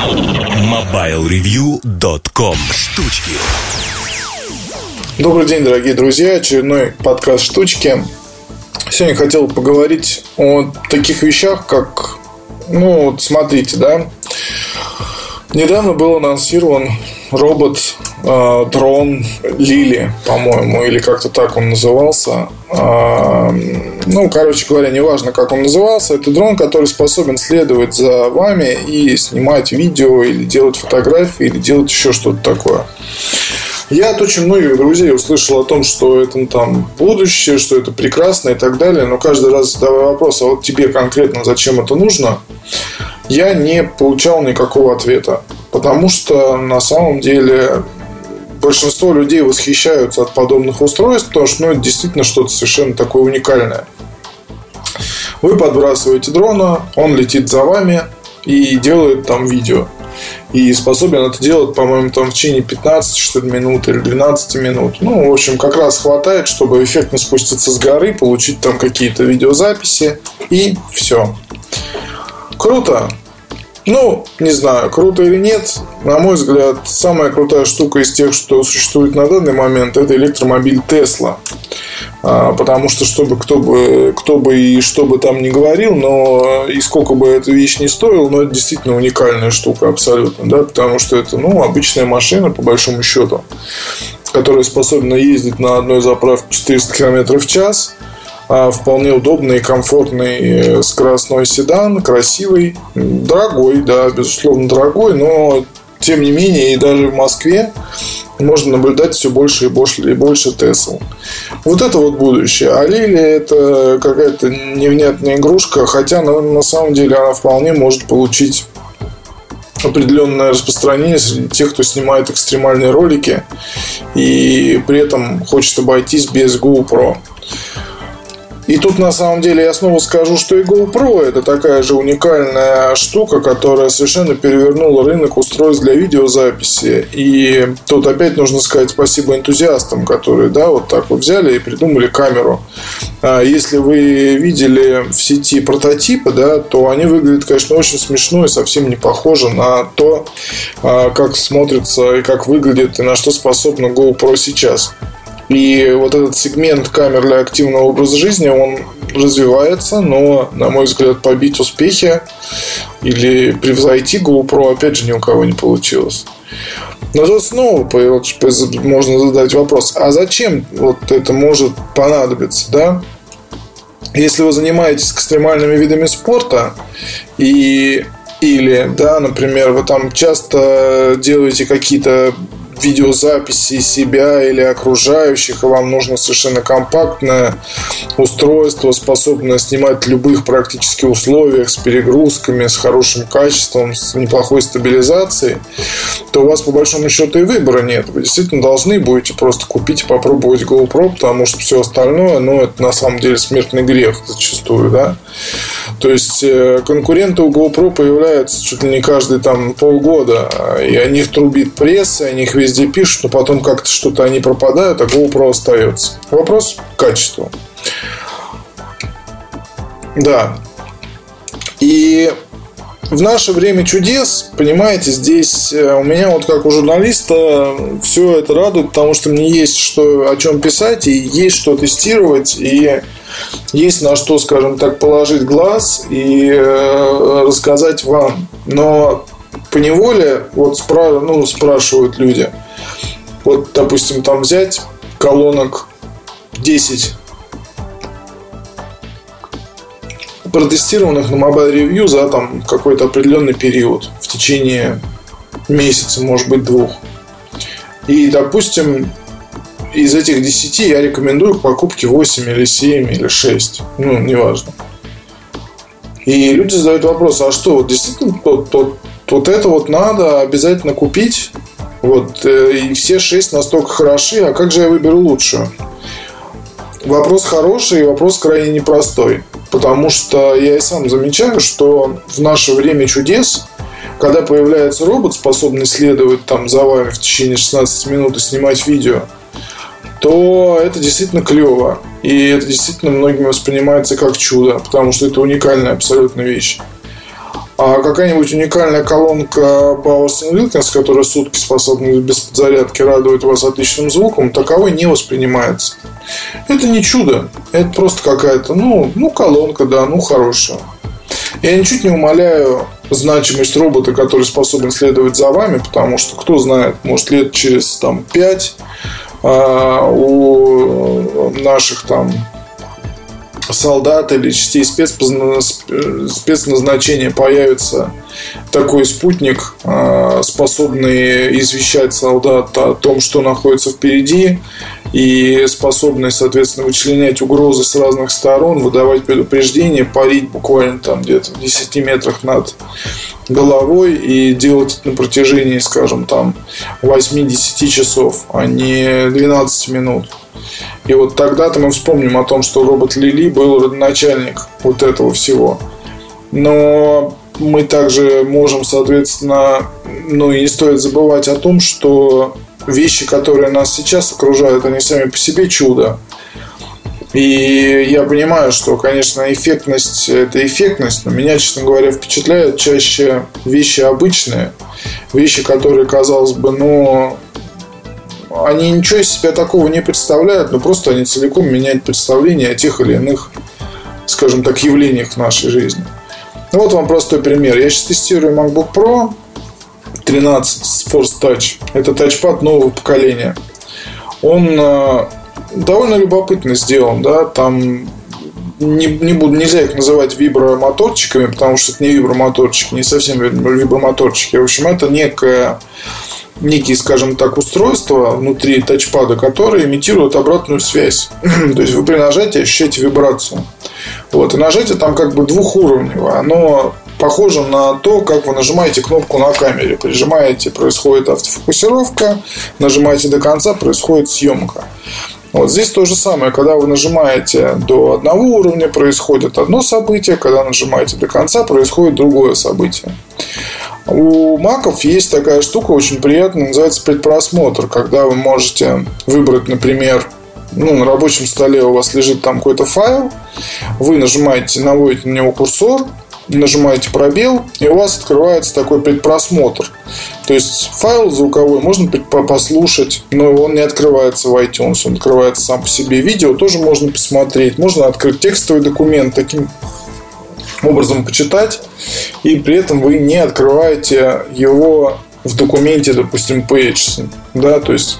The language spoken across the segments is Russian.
MobileReview.com. Штучки. Добрый день, дорогие друзья. Очередной подкаст «Штучки». Сегодня хотел поговорить о таких вещах, как... смотрите, да. Недавно был анонсирован робот, дрон Лили, по-моему, или как-то так он назывался. Короче говоря, неважно, как он назывался. Это дрон, который способен следовать за вами и снимать видео, или делать фотографии, или делать еще что-то такое. Я от очень многих друзей услышал о том, что это будущее, что это прекрасно и так далее. Но каждый раз задавая вопрос, а вот тебе конкретно зачем это нужно, я не получал никакого ответа. Потому что на самом деле большинство людей восхищаются от подобных устройств, потому что это действительно что-то совершенно такое уникальное. Вы подбрасываете дрона, он летит за вами и делает видео. И способен это делать, по-моему, в течение 15 минут или 12 минут. В общем, как раз хватает, чтобы эффектно спуститься с горы, получить какие-то видеозаписи, и все. Круто? Не знаю, круто или нет. На мой взгляд, самая крутая штука из тех, что существует на данный момент, это электромобиль Tesla. Потому что, кто бы и что бы там ни говорил, но и сколько бы эта вещь ни стоила, но это действительно уникальная штука абсолютно, да, потому что это, обычная машина, по большому счету, которая способна ездить на одной заправке 400 км в час. Вполне удобный и комфортный скоростной седан, красивый, дорогой, да, безусловно дорогой, но тем не менее и даже в Москве можно наблюдать все больше и больше Tesla. Вот это будущее. А Лили — это какая-то невнятная игрушка, хотя на самом деле она вполне может получить определенное распространение среди тех, кто снимает экстремальные ролики и при этом хочет обойтись без GoPro. И тут на самом деле я снова скажу, что и GoPro — это такая же уникальная штука, которая совершенно перевернула рынок устройств для видеозаписи. И тут опять нужно сказать спасибо энтузиастам, которые взяли и придумали камеру. Если вы видели в сети прототипы, то они выглядят, конечно, очень смешно и совсем не похожи на то, как смотрится и как выглядит и на что способна GoPro сейчас. И вот этот сегмент камер для активного образа жизни, он развивается, но, на мой взгляд, побить успехи или превзойти GoPro опять же ни у кого не получилось. Но тут снова можно задать вопрос, а зачем это может понадобиться, да? Если вы занимаетесь экстремальными видами спорта или, например, вы часто делаете какие-то видеозаписи себя или окружающих, и вам нужно совершенно компактное устройство, способное снимать в любых практически условиях, с перегрузками, с хорошим качеством, с неплохой стабилизацией, то у вас по большому счету и выбора нет. Вы действительно должны будете просто купить и попробовать GoPro, потому что все остальное, это на самом деле смертный грех зачастую, да. То есть конкуренты у GoPro появляются чуть ли не каждые полгода, и о них трубит пресса, о них везде пишут, но потом как-то что-то они пропадают, а GoPro остается. Вопрос качества. Да. И в наше время чудес, понимаете, здесь у меня как у журналиста все это радует, потому что мне есть о чем писать, и есть что тестировать, и есть на что, скажем так, положить глаз и рассказать вам. Но поневоле спрашивают люди. Допустим, взять колонок 10 протестированных на Mobile Review за какой-то определенный период, в течение месяца, может быть 2. И, допустим, из этих 10 я рекомендую к покупке 8 или 7 или 6. Неважно. И люди задают вопрос, а что, действительно это надо обязательно купить? И все 6 настолько хороши, а как же я выберу лучшую? Вопрос хороший и вопрос крайне непростой. Потому что я и сам замечаю, что в наше время чудес, когда появляется робот, способный следовать за вами в течение 16 минут и снимать видео, то это действительно клево. И это действительно многими воспринимается как чудо, потому что это уникальная абсолютно вещь. А какая-нибудь уникальная колонка Bowers & Wilkins, которая сутки способна без подзарядки радовать вас отличным звуком, таковой не воспринимается. Это не чудо. Это просто какая-то, колонка, да, хорошая. Я ничуть не умаляю значимость робота, который способен следовать за вами, потому что, кто знает, может, лет через 5 у наших солдат или частей спецназначения появится такой спутник, способный извещать солдат о том, что находится впереди, и способный, соответственно, вычленять угрозы с разных сторон, выдавать предупреждения, парить буквально где-то в 10 метрах над головой и делать это на протяжении, скажем, 8-10 часов, а не 12 минут. И вот тогда-то мы вспомним о том, что робот Лили был родоначальник вот этого всего. Но мы также можем, соответственно, и не стоит забывать о том, что вещи, которые нас сейчас окружают, они сами по себе чудо. И я понимаю, что, конечно, эффектность – это эффектность, но меня, честно говоря, впечатляют чаще вещи обычные. Вещи, которые, казалось бы, они ничего из себя такого не представляют, но просто они целиком меняют представление о тех или иных, скажем так, явлениях в нашей жизни. Вот вам простой пример. Я сейчас тестирую MacBook Pro 13 с Force Touch. Это тачпад нового поколения. Он довольно любопытно сделан, да, там нельзя их называть вибромоторчиками, потому что это не вибромоторчики, не совсем вибромоторчики. В общем, это некие, скажем так, устройства внутри тачпада, которые имитируют обратную связь. То есть вы при нажатии ощущаете вибрацию. Вот. И нажатие там двухуровневое. Оно похоже на то, как вы нажимаете кнопку на камере. Прижимаете, происходит автофокусировка. Нажимаете до конца, происходит съемка. Вот здесь то же самое. Когда вы нажимаете до одного уровня, происходит одно событие. Когда нажимаете до конца, происходит другое событие. У маков есть такая штука очень приятная, называется предпросмотр. Когда вы можете выбрать, например, на рабочем столе у вас лежит там какой-то файл, вы наводите на него курсор, нажимаете пробел, и у вас открывается такой предпросмотр. То есть файл звуковой можно послушать, но он не открывается в iTunes, он открывается сам по себе. Видео тоже можно посмотреть, можно открыть текстовый документ, таким образом почитать, и при этом вы не открываете его в документе, допустим, Pages, да, то есть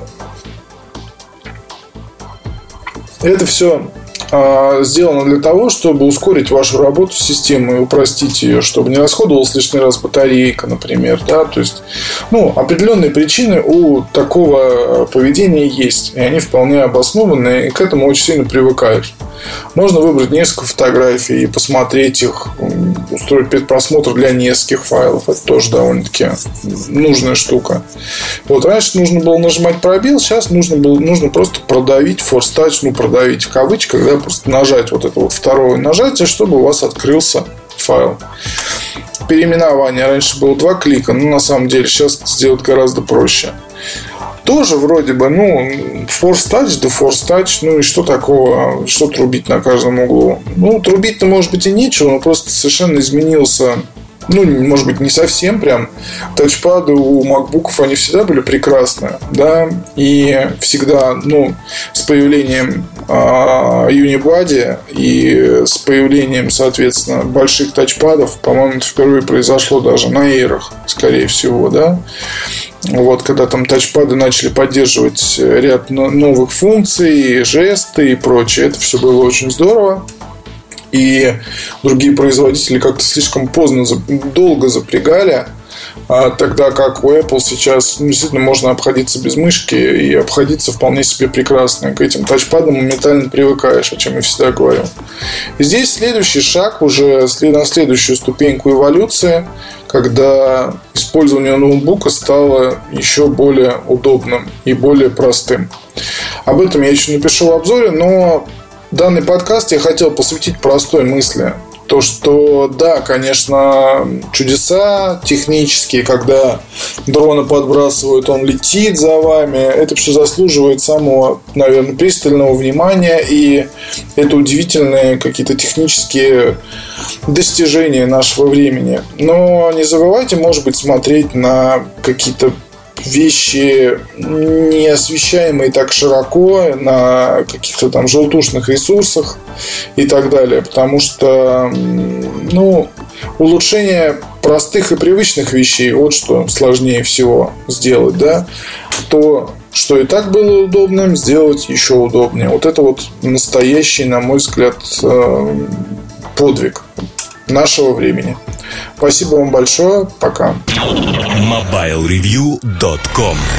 это все сделано для того, чтобы ускорить вашу работу с системой и упростить ее, чтобы не расходовалась лишний раз батарейка, например, да, то есть, определенные причины у такого поведения есть, и они вполне обоснованы, и к этому очень сильно привыкаешь. Можно выбрать несколько фотографий и посмотреть их, устроить предпросмотр для нескольких файлов. Это тоже довольно-таки нужная штука. Вот раньше нужно было нажимать пробел, сейчас нужно просто продавить Force Touch, продавить в кавычках, да, просто нажать вот это второе нажатие, чтобы у вас открылся файл. Переименование. Раньше было 2 клика, но на самом деле сейчас это сделать гораздо проще. Тоже вроде бы, Force Touch, да Force Touch, и что такого, что трубить на каждом углу? Трубить-то, может быть, и нечего, но просто совершенно изменился, может быть, не совсем прям. Тачпады у макбуков, они всегда были прекрасные, да, и всегда, с появлением Unibody и с появлением, соответственно, больших тачпадов, по-моему, это впервые произошло даже на Эйрах, скорее всего, да. Вот, когда там тачпады начали поддерживать ряд новых функций, жесты и прочее, это все было очень здорово. И другие производители как-то слишком долго запрягали, тогда как у Apple сейчас действительно можно обходиться без мышки и обходиться вполне себе прекрасно. К этим тачпадам моментально привыкаешь, о чем я всегда говорю. И здесь следующий шаг уже на следующую ступеньку эволюции, когда использование ноутбука стало еще более удобным и более простым. Об этом я еще напишу в обзоре, но данный подкаст я хотел посвятить простой мысли. То, что, да, конечно, чудеса технические, когда дроны подбрасывают, он летит за вами, это все заслуживает самого, наверное, пристального внимания, и это удивительные какие-то технические достижения нашего времени. Но не забывайте, может быть, смотреть на какие-то вещи, не освещаемые так широко на каких-то там желтушных ресурсах и так далее, потому что улучшение простых и привычных вещей, вот что сложнее всего сделать, да, то, что и так было удобным, сделать еще удобнее. Вот это вот настоящий, на мой взгляд, подвиг нашего времени. Спасибо вам большое. Пока. MobileReview.com